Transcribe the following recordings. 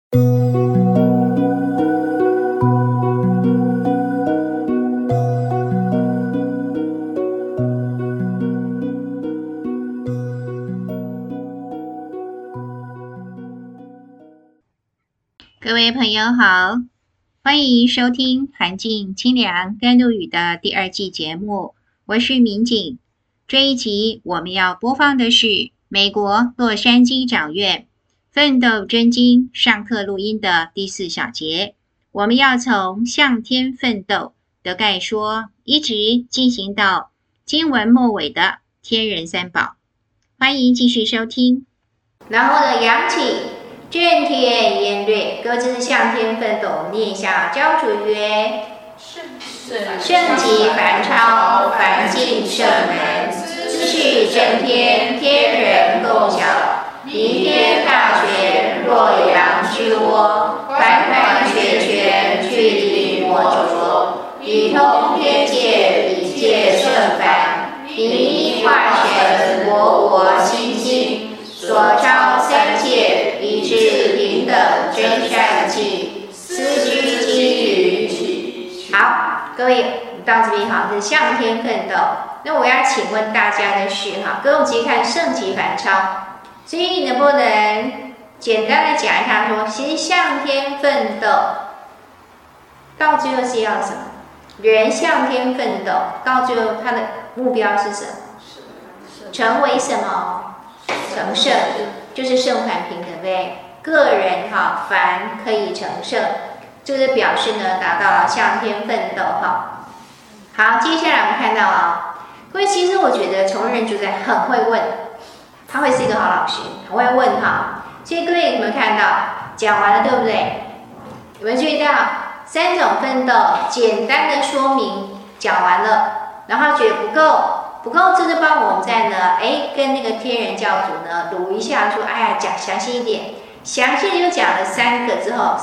各位朋友好，欢迎收听寒静清凉甘露雨的第2季节目，我是民警。这一集我们要播放的是美国洛杉矶长院奋斗真经上课录音的第4小节，我们要从向天奋斗的概说一直进行到经文末尾的天人三宝。欢迎继续收听。然后呢，扬起正天言略，各自向天奋斗，念一下教主曰：圣极梵超，梵净圣门，知识正天，天人共享。明天大学，洛阳之窝，款款全全，距离莫着。理通天界，理界圣凡，平一化神，我心心，所超三界，以至平等真善境，思居基于。好，各位到这边好，是向天奋斗。那我要请问大家的是哈，各位其实看圣极梵超，所以你能不能简单的讲一下说，其实向天奋斗到最后是要什么？人向天奋斗到最后他的目标是什么？成为什么？成圣，就是圣凡平等，对不对？个人哈凡可以成圣，这个表示呢达到了向天奋斗哈。好，接下来我们看到啊，各位其实我觉得崇仁主宰很会问，他会是一个好老师，很会问哈。所以各位有没有看到讲完了对不对？有没有注意到3种奋斗简单的说明讲完了，然后觉得不够，这就帮我们在呢跟那个天人教主呢捋一下说，哎呀讲详细一点，详细就讲了3个之后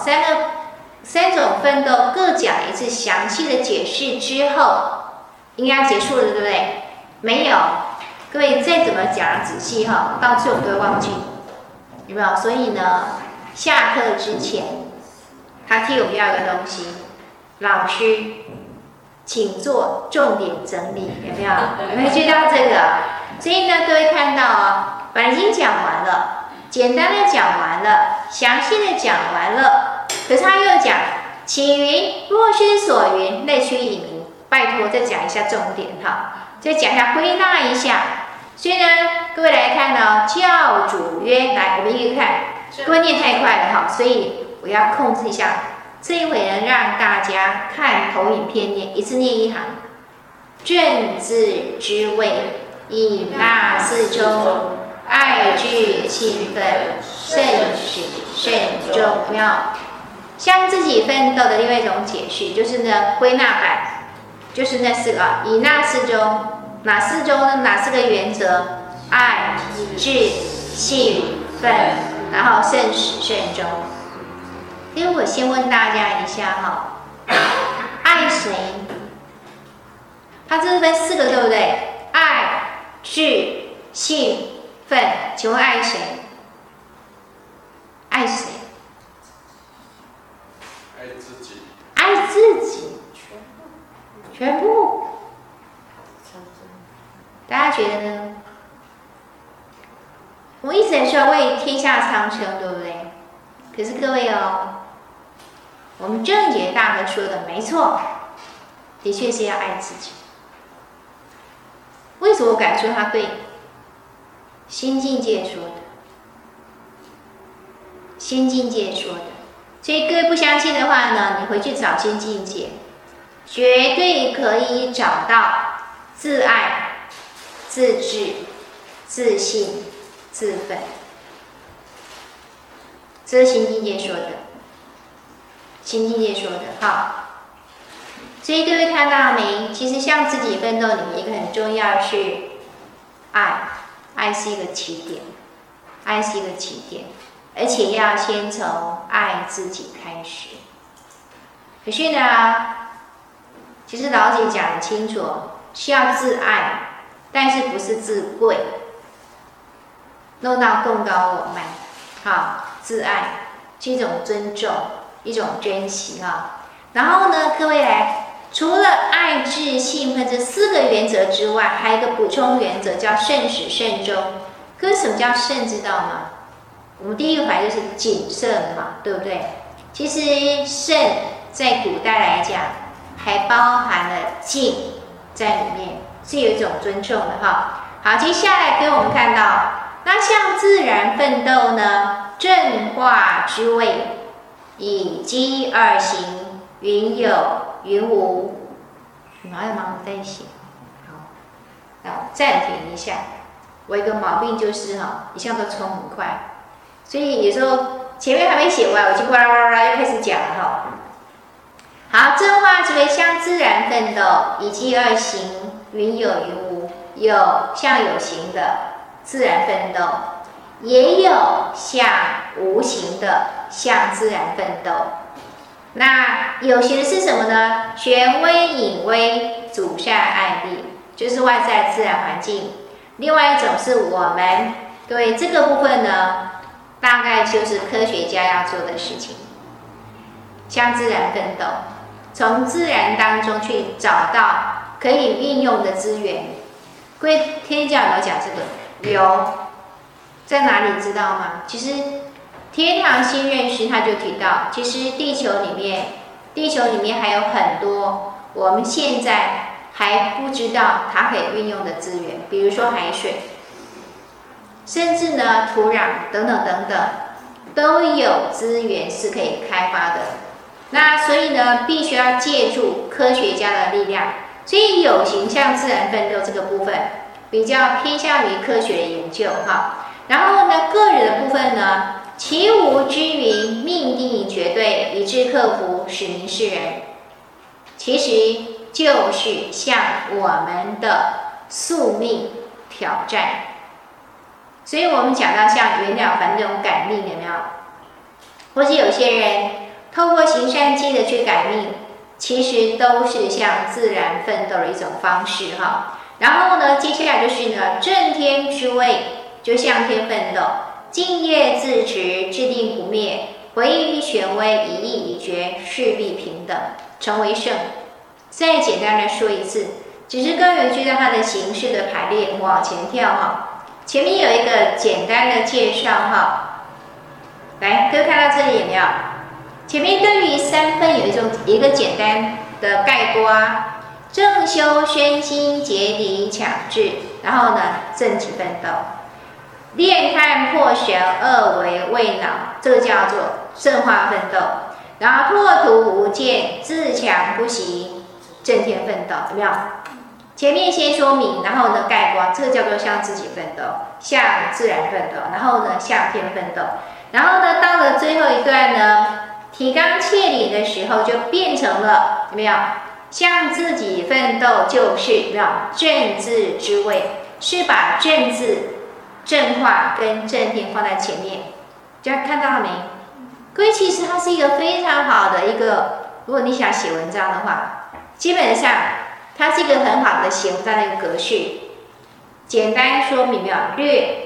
，3种奋斗各讲一次详细的解释之后，应该结束了，对不对？没有，各位再怎么讲仔细哈，到最后都会忘记，有没有？所以呢，下课之前，他替我们要一个东西，老师，请做重点整理，有没有？有没有注意到这个？所以呢，各位看到啊，本来已经讲完了，简单的讲完了，详细的讲完了，可是他又讲，启云若师所云，内须以明。拜托，再讲一下重点哈，再讲一下归纳一下。所以呢，各位来看呢，教主曰，来，我们一个看，各位念太快了哈，所以我要控制一下。这一回呢，让大家看投影片念，一次念一行。正字之谓，以纳四中，爱智气愤，慎始慎终。有没有？向自己奋斗的另外一种解释，就是呢归纳版，就是那4个，以纳四中，哪4中呢？哪4个原则？爱、智、信、愤，然后慎始慎终。因为我先问大家一下哈，爱谁？它这是分4个，对不对？爱、智、信、愤，请问爱谁？爱谁？ 爱自己。 爱自己。全部。大家觉得呢？我一直在说为天下苍生，对不对？可是各位哦，我们正解大哥说的没错，的确是要爱自己。为什么我敢说他对？新境界说的，新境界说的。所以各位不相信的话呢，你回去找新境界，绝对可以找到自爱、自治、自信、自愤。这是新境界说的，新境界说的哈。所以各位看到没？其实向自己奋斗里面一个很重要是爱，爱是一个起点，爱是一个起点，而且要先从爱自己开始。可是呢，其实老姐讲得清楚，是要自爱，但是不是自贵，弄到更高我慢。好，自爱是一种尊重，一种珍惜啊。然后呢，各位来，除了爱、智、信、恨这4个原则之外，还有一个补充原则叫慎始慎终。可是什么叫慎，知道吗？我们第一个反应就是谨慎嘛，对不对？其实慎在古代来讲，还包含了敬在里面，是有一种尊重的哈。好，接下来给我们看到，那向自然奋斗呢，正化之谓，以机而行，云有云无。哪有忙在写？好，暂停一下。我有一个毛病就是一向都冲很快，所以有时候前面还没写完，我就哗啦啦啦又开始讲了哈。好，正化之谓，向自然奋斗，以机而行，云有云无。有向有形的自然奋斗，也有向无形的向自然奋斗。那有形的是什么呢？权威、隐微、祖善、爱利，就是外在自然环境。另外一种是我们对这个部分呢，大概就是科学家要做的事情，向自然奋斗，从自然当中去找到可以运用的资源。各位天教有没有讲这个？有，在哪里知道吗？其实天堂星认识他就提到，其实地球里面还有很多我们现在还不知道它可以运用的资源，比如说海水，甚至呢土壤等等等等，都有资源是可以开发的。那所以呢，必须要借助科学家的力量。所以有形向自然奋斗这个部分比较偏向于科学的研究哈。然后呢，个人的部分呢，其无之云，命定绝对，以致克服，使民是人。其实就是向我们的宿命挑战。所以我们讲到像袁了凡这种改命有没有？或是有些人透过行善积德去改命，其实都是向自然奋斗的一种方式哈。然后呢，接下来就是呢，正天之谓，就向天奋斗，敬业自持，制定不灭，回应于权威，以义以决，势必平等，成为圣。再简单的说一次，只是各位知道它的形式的排列，往前跳哈。前面有一个简单的介绍哈，来，各位看到这里有没有？前面对于三分有一个简单的概括，正修宣心竭敌强志，然后呢正己奋斗，炼炭破神恶为未恼，这个叫做正化奋斗。然后拓土无间，自强不息，正天奋斗，有没有？前面先说明，然后呢概括，这个叫做向自己奋斗，向自然奋斗，然后呢向天奋斗。然后呢到了最后一段呢，提纲挈领的时候，就变成了有没有？向自己奋斗就是有没有正字之谓，是把正字、正化跟正天放在前面。大家看到了没？各位，其实它是一个非常好的一个，如果你想写文章的话，基本上它是一个很好的写文章的一个格式。简单说明没有？略。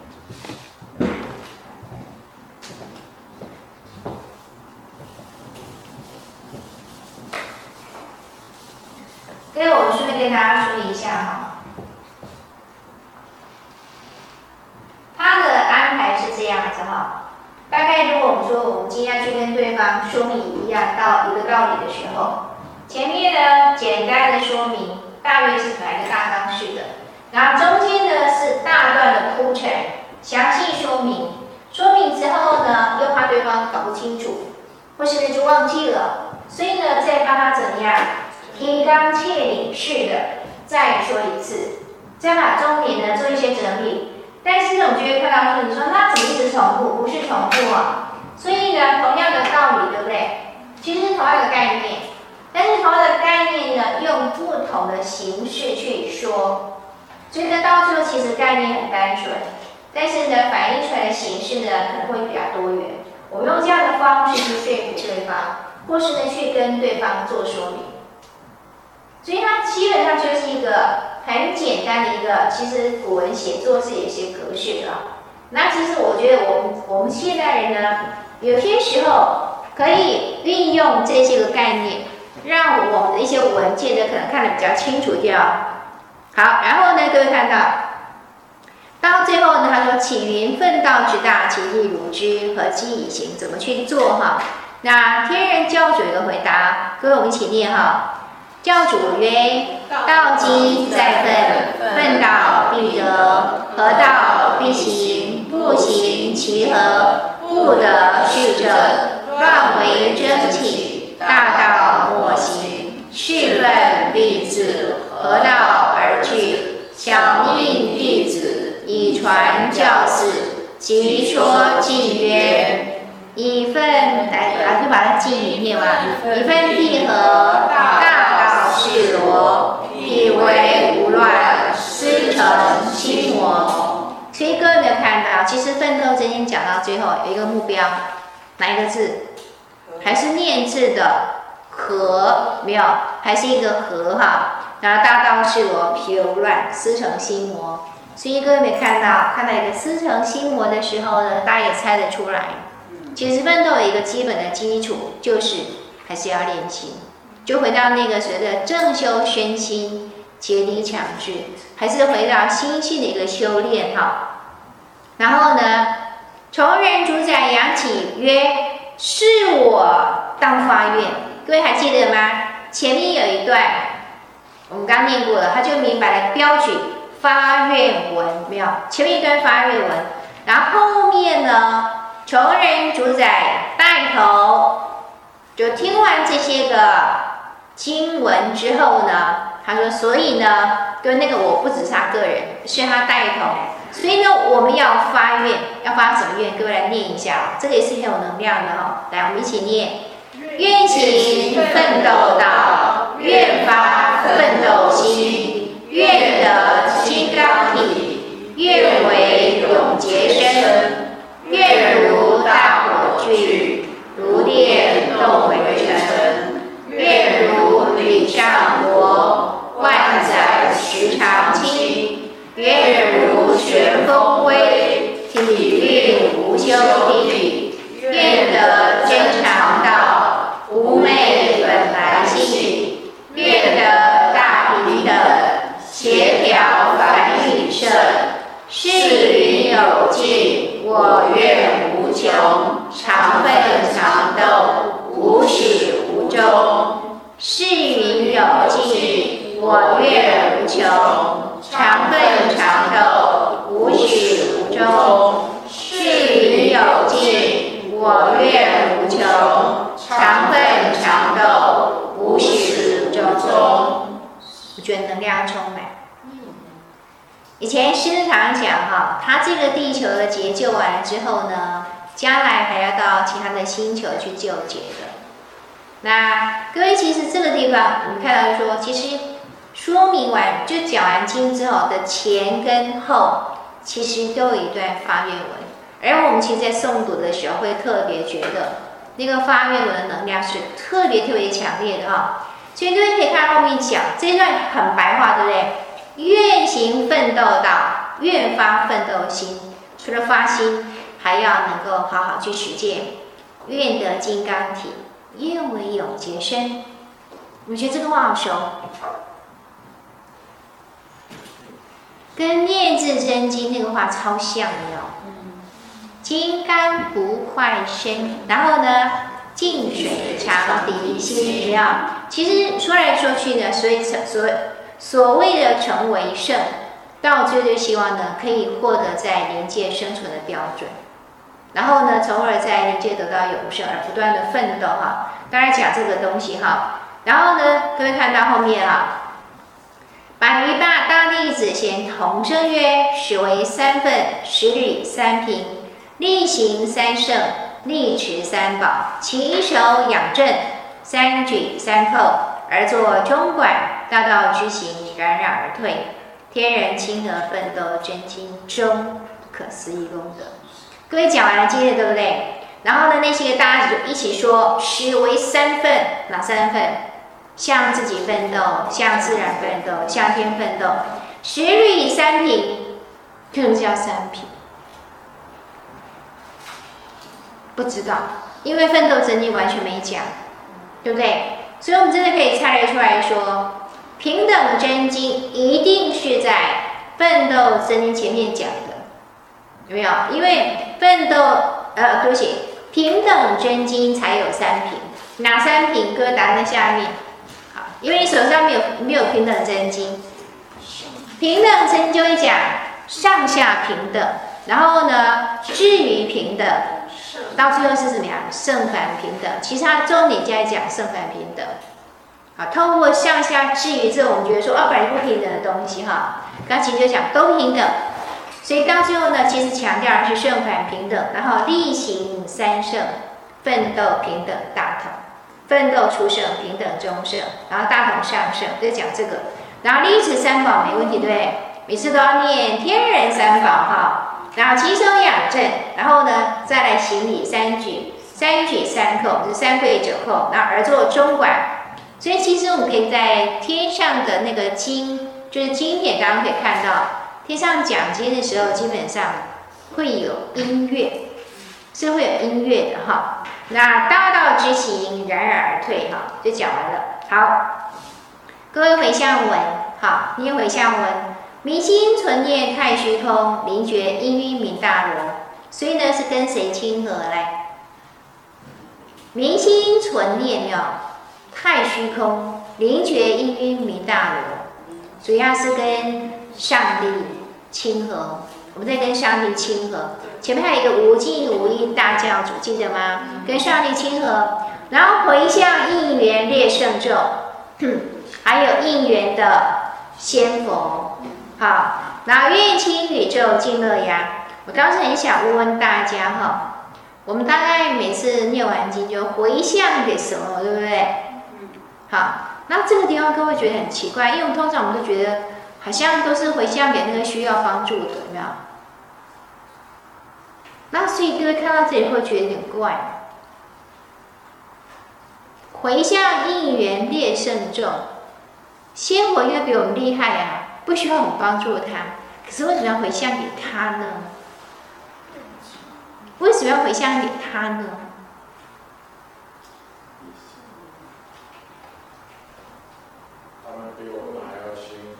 所以我们顺便跟大家说一下哈，它的安排是这样子哈。大概如果我们说我们今天要去跟对方说明一样到一个道理的时候，前面呢简单的说明，大约是来个大纲式的，然后中间呢是大段的铺陈，详细说明。说明之后呢，又怕对方搞不清楚，或是呢就忘记了，所以呢再帮他怎么样？提纲挈领式的再说一次，再把重点呢做一些整理。但是我们就会看到说，你说那怎么一直重复？不是重复啊。所以呢，同样的道理，对不对？其实是同样的概念，但是同样的概念呢，用不同的形式去说。所以呢，到最后其实概念很单纯，但是呢，反映出来的形式呢，可能会比较多元。我们用这样的方式去说服对方，或是呢，去跟对方做说明。所以它基本上就是一个很简单的一个，其实古文写作是有一些格式的。那其实我觉得我们现代人呢， 有些时候可以运用这些个概念，让我们的一些文件呢可能看得比较清楚掉。好，然后呢，各位看到最后呢，他说：“启云奋道之大，其义如之，何计以行？”怎么去做哈？那天人教主有个回答，各位我们一起念哈。教主曰：“道基在奋，奋道必得。合道必行，不行其何？不得是者，乱为真起。大道莫行，是奋必自，合道而去。小命弟子，以传教士。即说尽曰。”以奋来，就把它记里面嘛。以奋地合，大道是罗，以为无乱，思成心魔。所以各位有没有看到？其实奋斗真经讲到最后有一个目标，哪一个字？还是念字的合，没有，还是一个合哈。然后大道是罗，皮无乱，思成心魔。所以各位有没有看到一个思成心魔的时候呢？大家也猜得出来。其实奋斗有一个基本的基础，就是还是要练心，就回到那个所谓的正修身心、竭力强志，还是回到心性的一个修炼哈。然后呢，从人主宰扬起曰：“是我当发愿。”各位还记得吗？前面有一段我们刚念过了，他就明白了标举发愿文，没有？前面一段发愿文，然后后面呢？从人主宰带头，就听完这些个经文之后呢，他说，所以呢，跟那个我不只是他个人，是他带头，所以呢，我们要发愿，要发什么愿？各位来念一下，这个也是很有能量的哈。来，我们一起念：愿行奋斗道，愿发奋斗心，愿得金刚体，愿为永劫身。愿如大火炬，如电动为尘；愿如履上国，万载时常清；愿如旋风威，体运无休地；愿得真常道，无昧本来性；愿得大平等，协调反应胜。是云有尽，我愿无穷，常奋常斗，无始无终。是云有尽，我愿无穷，常奋常斗，无始无终。是云有尽，我愿无穷，常奋常斗，无始无终。我觉得能量充满。以前师常讲哈，他这个地球的劫救完了之后呢，将来还要到其他的星球去救劫的。那各位，其实这个地方我们看到说，其实说明完就讲完经之后的前跟后，其实都有一段发愿文。而我们其实在诵读的时候，会特别觉得那个发愿文的能量是特别强烈的哈。所以各位可以看后面讲这一段很白话，对不对？愿行奋斗道，愿发奋斗心。除了发心，还要能够好好去实践。愿得金刚体，愿为永劫身。我觉得这个话好熟，跟念字真经那个话超像的哦。金刚不坏身，然后呢，净水常涤心。其实说来说去呢，所谓的成为圣，到最后希望呢，可以获得在灵界生存的标准，然后呢，从而在灵界得到永生，而不断的奋斗哈。当然讲这个东西哈，然后呢，各位看到后面啊，百余大弟子咸同声曰：始为三分，十履三平，力行三圣，力持三宝，勤守养正，三举三扣，而作中管。大道之行，冉冉而退。天人亲和奋斗真经中不可思议功德。各位讲完了今天对不对？然后呢，那些大家就一起说：始为三分，哪三分？向自己奋斗，向自然奋斗，向天奋斗。十履三平，为什么叫三平？ 不知道，因为奋斗真经完全没讲，对不对？所以我们真的可以猜得出来说，平等真经一定是在奋斗真经前面讲的，有没有？因为奋斗对不起，平等真经才有三品，哪三品？各位答在下面。好，因为你手上没有平等真经，平等真经就会讲上下平等，然后呢，至于平等，到最后是怎么样？圣凡平等。其实它重点就在讲圣凡平等。好，透过上下至于这种我们觉得说本来不平等的东西哈，刚其实就讲都平等。所以到最后呢，其实强调的是圣凡平等，然后力行三圣，奋斗平等大同，奋斗出圣平等中圣，然后大同上圣，就讲这个。然后立持三宝没问题，对不对？每次都要念天人三宝哈，然后其手养正，然后呢再来行礼三举，三举三叩，就是三跪九叩，然后而作中管。所以其实我们可以在天上的那个经，就是经典，刚刚可以看到，天上讲经的时候，基本上会有音乐，是会有音乐的哈。那大道之行，然而退哈，就讲完了。好，各位回向文，好，念回向文。明心存念太虚空，灵觉应运明大罗。所以呢，是跟谁亲和来？明心存念有太虚空，灵觉应运明大罗，主要是跟上帝亲和。我们在跟上帝亲和，前面还有一个无尽无因大教主，记得吗？跟上帝亲和，然后回向应缘列圣咒，还有应缘的仙佛。好，然后愿亲宇宙尽乐呀。我当时很想问问大家哈，我们大概每次念完经就回向给什么，对不对？好，那这个地方各位觉得很奇怪，因为我们通常我们都觉得好像都是回向给那个需要帮助的，有没有？那所以各位看到这里会觉得有点怪。回向应缘列圣咒，仙佛应该比我们厉害啊。不需要我们帮助他，可是为什么要回向给他呢？为什么要回向给他呢？ 他们比我们还要辛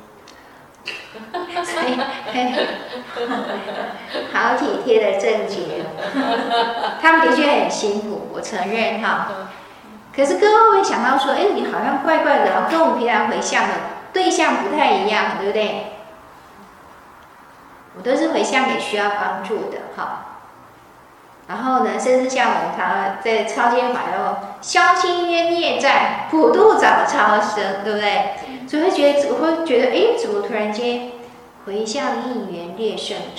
苦。好体贴的正解，他们的确很辛苦，我承认哈。可是各位会不会想到说，你好像怪怪的，跟我们平常回向的对象不太一样，对不对？我都是回向给需要帮助的，哈。然后呢，甚至像我们常在超间法要消清冤孽债，普度早超生，对不对？所以会觉得，怎么突然间回向应缘列圣咒？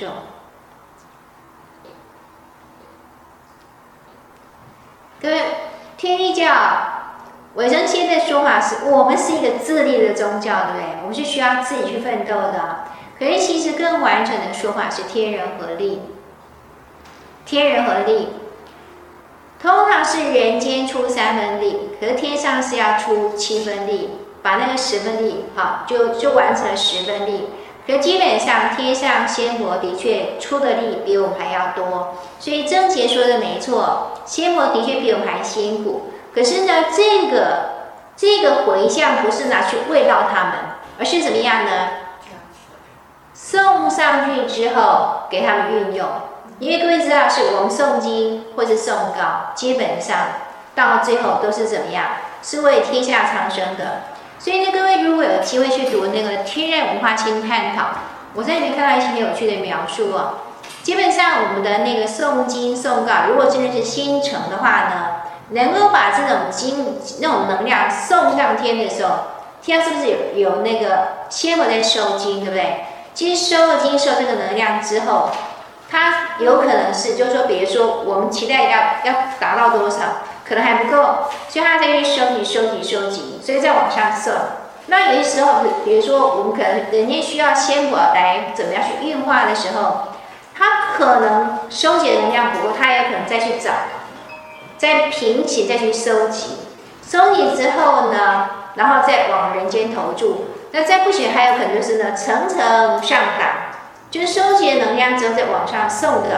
各位，天地教委身现在说法是我们是一个自立的宗教，对不对？我们是需要自己去奋斗的。可是其实更完整的说法是天人合力。天人合力，通常是人间出3分力，可是天上是要出7分力，把那个10分力，好，就完成了10分力。可基本上天上仙佛的确出的力比我们还要多，所以正解说的没错，仙佛的确比我们还辛苦。可是呢，这个回向不是拿去慰劳他们，而是怎么样呢？送上去之后给他们运用。因为各位知道，是我们诵经或是诵告，基本上到最后都是怎么样？是为天下苍生的。所以呢，各位如果有机会去读那个《天人文化清探讨》，我在里面看到一些很有趣的描述哦。基本上我们的那个诵经诵告，如果真的是心诚的话呢，能够把这种那种能量送上天的时候，天上是不是有那个仙佛在收经，对不对？其实收了经，收这个能量之后，它有可能是，就是说，比如说我们期待要达到多少，可能还不够，所以它再去收集，所以再往上送。那有些时候，比如说我们可能人家需要仙佛来怎么样去运化的时候，它可能收集的能量不够，它也有可能再去找，再平行再去收集之后呢，然后再往人间投注。那再不行，还有可能就是呢，层层上达，就是收集的能量之后再往上送到。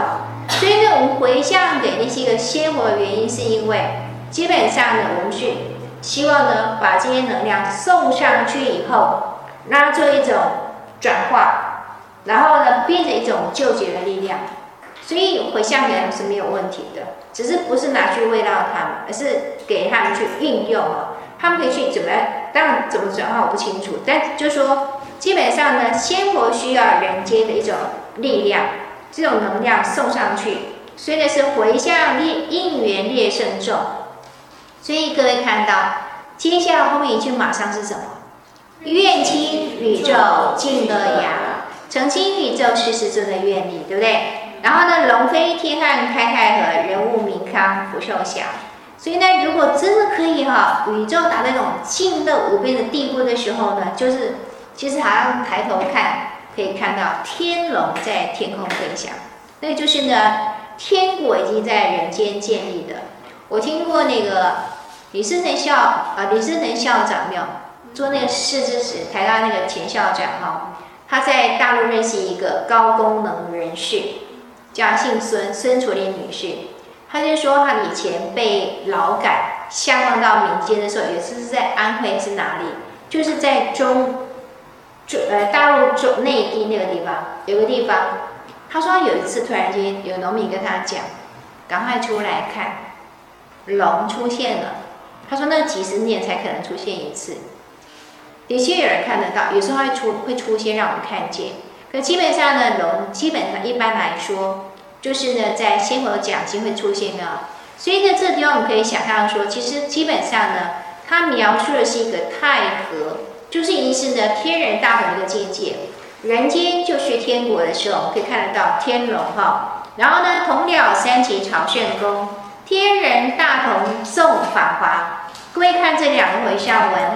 所以呢，我们回向给那些个仙佛的原因，是因为基本上呢，我们是希望呢，把这些能量送上去以后，让它做一种转化，然后呢，变成一种救劫的力量。所以回向给他们是没有问题的，只是不是拿去慰劳他们，而是给他们去运用哦。他们可以去怎么样？当然怎么转化我不清楚，但就是说，基本上呢，仙佛需要人间的一种力量，这种能量送上去，所以呢是回向应缘列圣众。所以各位看到，接下来后面一句马上是什么？愿倾宇宙尽乐雅，澄清宇宙世尊的愿力，对不对？然后呢，龙飞天汉开太和，人物民康福寿享。所以呢，如果真的可以宇宙达到那种尽乐无边的地步的时候呢，就是其实好像抬头看可以看到天龙在天空飞翔，那就是呢，天国已经在人间建立的。我听过那个李嗣腾校长没有做那个世之时，台大那个前校长他在大陆认识一个高功能人士，叫姓孙楚林女士。他就说他以前被劳改下放到民间的时候，有一次是在安徽是哪里，就是在大陆内地那个地方有个地方。他说有一次突然间有农民跟他讲，赶快出来看，龙出现了。他说那几十年才可能出现一次，的确有人看得到，有时候会出现让我们看见。可基本上呢，龙基本上一般来说，就是呢，在仙佛讲经会出现的，所以呢，这个地方我们可以想象说，其实基本上呢，它描述的是一个太和，就是已经是呢天人大同的一个境界。人间就是天国的时候，我们可以看得到天龙然后呢，同了三级朝圣宫，天人大同颂法华。各位看这两个回向文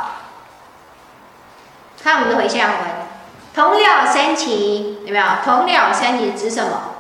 看我们的回向文，同了三级有没有？同了三级指什么？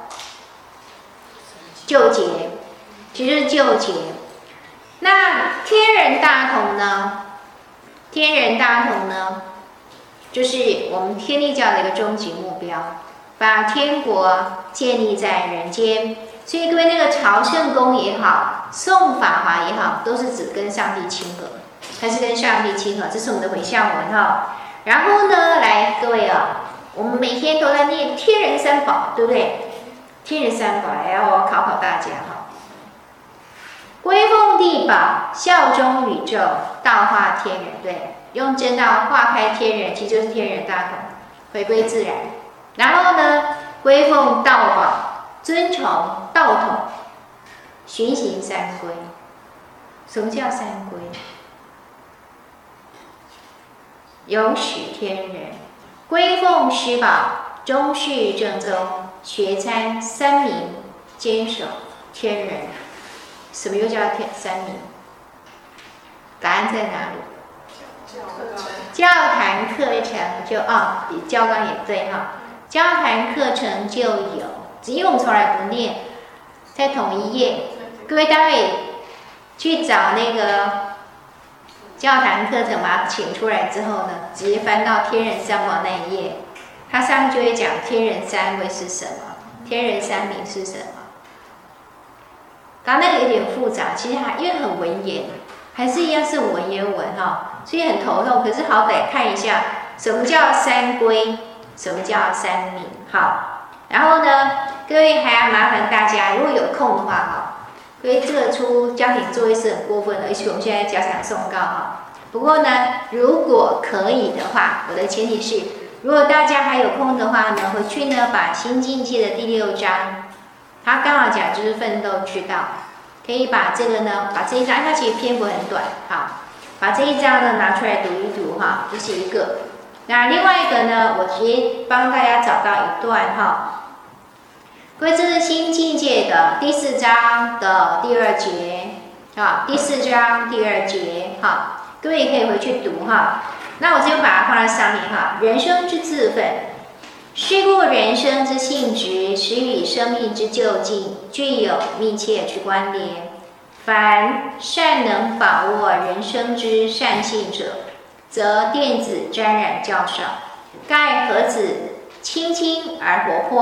救劫，其实就是救劫。那天人大同呢？天人大同呢，就是我们天地教的一个终极目标，把天国建立在人间。所以各位那个朝圣宫也好，诵法华也好，都是指跟上帝亲和，还是跟上帝亲和？这是我们的回向文然后呢，来各位我们每天都在念天人三宝，对不对？天人三宝，我要考大家归奉地宝，效忠宇宙，道化天人，对，用真道化开天人，其实就是天人大同，回归自然。然后呢，归奉道宝，遵从道统，循行三归。什么叫三归？有使天人，归奉师宝，终续正宗，学参三明，坚守天人。什么又叫三明？答案在哪里？教坛课程就教纲也对教坛课程就有，只因为我们从来不念，在同一页。各位待会去找那个教坛课程，把它请出来之后呢，直接翻到天人三宝那一页，它上面就会讲天人三位是什么，天人三明是什么。刚刚那个有点复杂，其实因为很文言，还是一样是文言文所以很头痛。可是好歹看一下什么叫三归，什么叫三明。然后呢，各位还要麻烦大家，如果有空的话因为这个出家庭作业是很过分的，而且我们现在家长送告不过呢，如果可以的话，我的前提是，如果大家还有空的话呢，回去呢把新境界的第6章。他刚好讲就是奋斗之道，可以把这个呢，把这一章，它其实篇幅很短，把这一章呢拿出来读一读这是一个。那另外一个呢，我直接帮大家找到一段各位，这是新境界的第4章的第2节第4章第2节各位也可以回去读那我就把它放在上面人生之自奋。是故人生之性质，实与生命之究竟具有密切之关联。凡善能把握人生之善性者，则电子沾染较少。盖核子清清而活泼，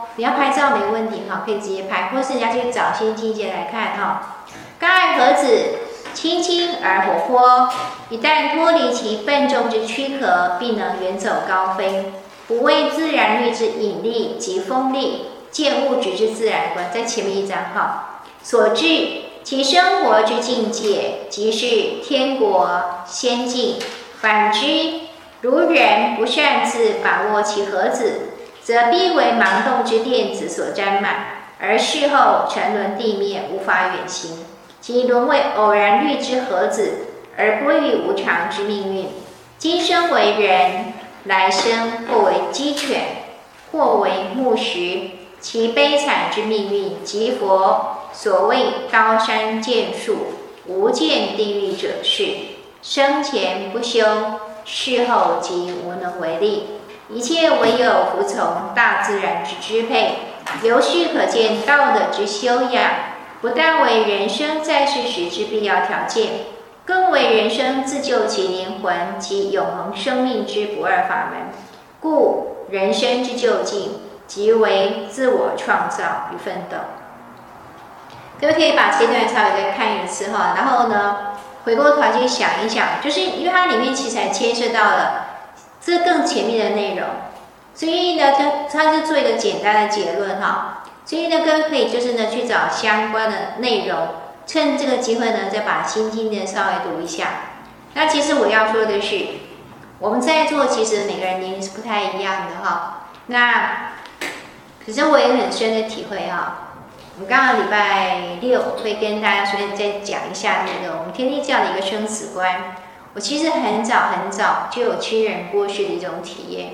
你要拍照没问题哈，可以直接拍，或是人家去找先境界来看哈。甘爱盒子清清而活泼，一旦脱离其笨重之躯壳，必能远走高飞，不畏自然律之引力及风力，见物质之自然观。在前面一章哈，所致其生活之境界，即是天国仙境。反之，如人不善自把握其盒子，则必为盲动之电子所沾满，而事后沉沦地面，无法远行，即沦为偶然律之盒子，而归于无常之命运。今生为人，来生或为鸡犬，或为木石，其悲惨之命运，即佛所谓刀山剑树，无间地狱者是。生前不修，事后即无能为力。一切唯有服从大自然之支配。由序可见，道德之修养，不但为人生在世时之必要条件，更为人生自救其灵魂及永恒生命之不二法门。故人生之究竟，即为自我创造与奋斗。各位可以把这段稍微再看一次哈，然后呢，回过头来去想一想，就是因为它里面其实还牵涉到了这更前面的内容，所以呢，它是做一个简单的结论哈。所以呢，各位可以就是呢去找相关的内容，趁这个机会呢，再把心经呢稍微读一下。那其实我要说的是，我们在座其实每个人年龄是不太一样的哈。那可是我也很深的体会哈。我们刚刚礼拜六会跟大家顺便再讲一下那个我们天地教的一个生死观。我其实很早就有亲人过世的一种体验。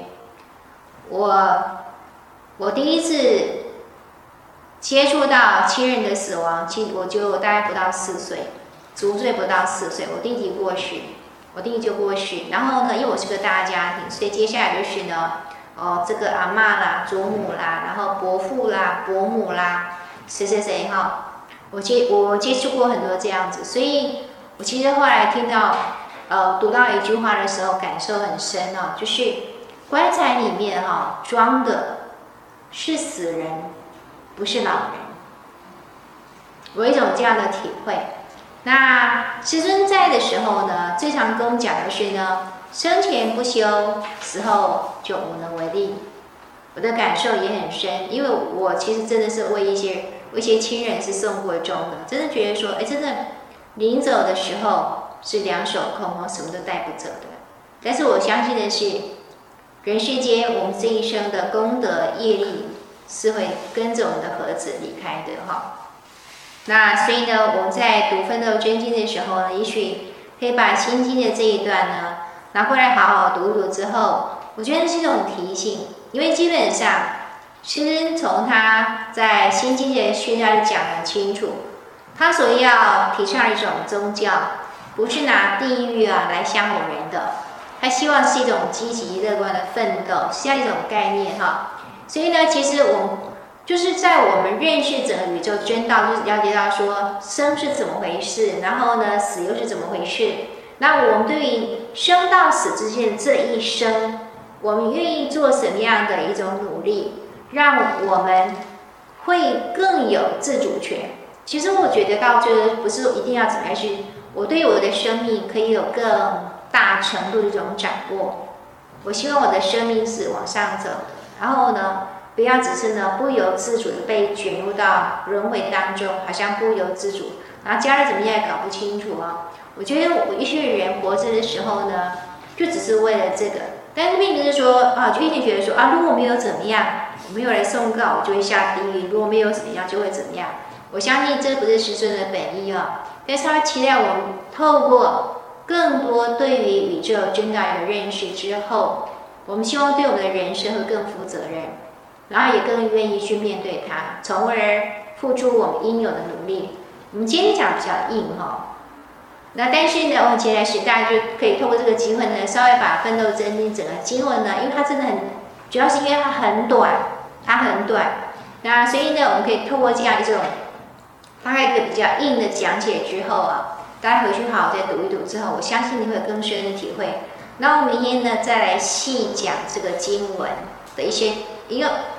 我第一次接触到亲人的死亡，其实我大概不到4岁，足岁不到4岁，我弟弟就过世。然后呢，因为我是个大家庭，所以接下来就是呢，这个阿嬷啦、祖母啦，然后伯父啦、伯母啦。谁哈，我接触过很多这样子，所以我其实后来听到读到一句话的时候，感受很深哦，就是棺材里面哈装的是死人，不是老人。我有一种这样的体会。那师尊在的时候呢，最常跟我们讲的是呢，生前不修，死后就无能为力。我的感受也很深，因为我其实真的是为一些亲人是送过终的，真的觉得说，真的临走的时候是两手空空，什么都带不走的。但是我相信的是，人世间我们这一生的功德业力是会跟着我们的盒子离开的哈。那所以呢，我们在读《奋斗真经》的时候呢，也许可以把《心经》的这一段呢拿过来好好读一读之后，我觉得是一种提醒，因为基本上其实从他在《心经》的序章讲得很清楚，他所要提倡的一种宗教，不是拿地狱来相唬人的，他希望是一种积极乐观的奋斗，是这样一种概念哈。所以呢，其实我们就是在我们认识整个宇宙真道，就是了解到说生是怎么回事，然后呢死又是怎么回事。那我们对于生到死之间这一生，我们愿意做什么样的一种努力，让我们会更有自主权。其实我觉得到最后不是一定要怎么样，是我对我的生命可以有更大程度的一种掌握。我希望我的生命是往上走，然后呢，不要只是呢不由自主的被卷入到轮回当中，好像不由自主，然后家人怎么样也搞不清楚啊。我觉得我一些人活着的时候呢，就只是为了这个，但是并不是说就一定觉得说如果没有怎么样，我没有来送告，我就会下地狱；如果没有怎么样，就会怎么样。我相信这不是师尊的本意但是他期待我们透过更多对于宇宙真道的认识之后，我们希望对我们的人生会更负责任，然后也更愿意去面对它，从而付出我们应有的努力。我们今天讲比较硬那但是呢，我们接下来时大家就可以透过这个机会呢，稍微把《奋斗真经》整个经文呢，因为它真的很，主要是因为它很短，那所以呢，我们可以透过这样一种大概一个比较硬的讲解之后大家回去好好再读一读之后，我相信你会有更深的体会。那我们明天呢，再来细讲这个经文的一个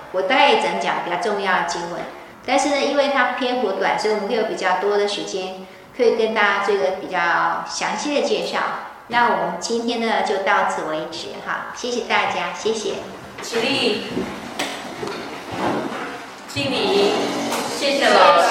我大概也只能讲比较重要的经文。但是呢，因为它篇幅短，所以我们会有比较多的时间，可以跟大家做一个比较详细的介绍。那我们今天呢就到此为止哈，谢谢大家，谢谢。 起立，敬礼，谢谢老师。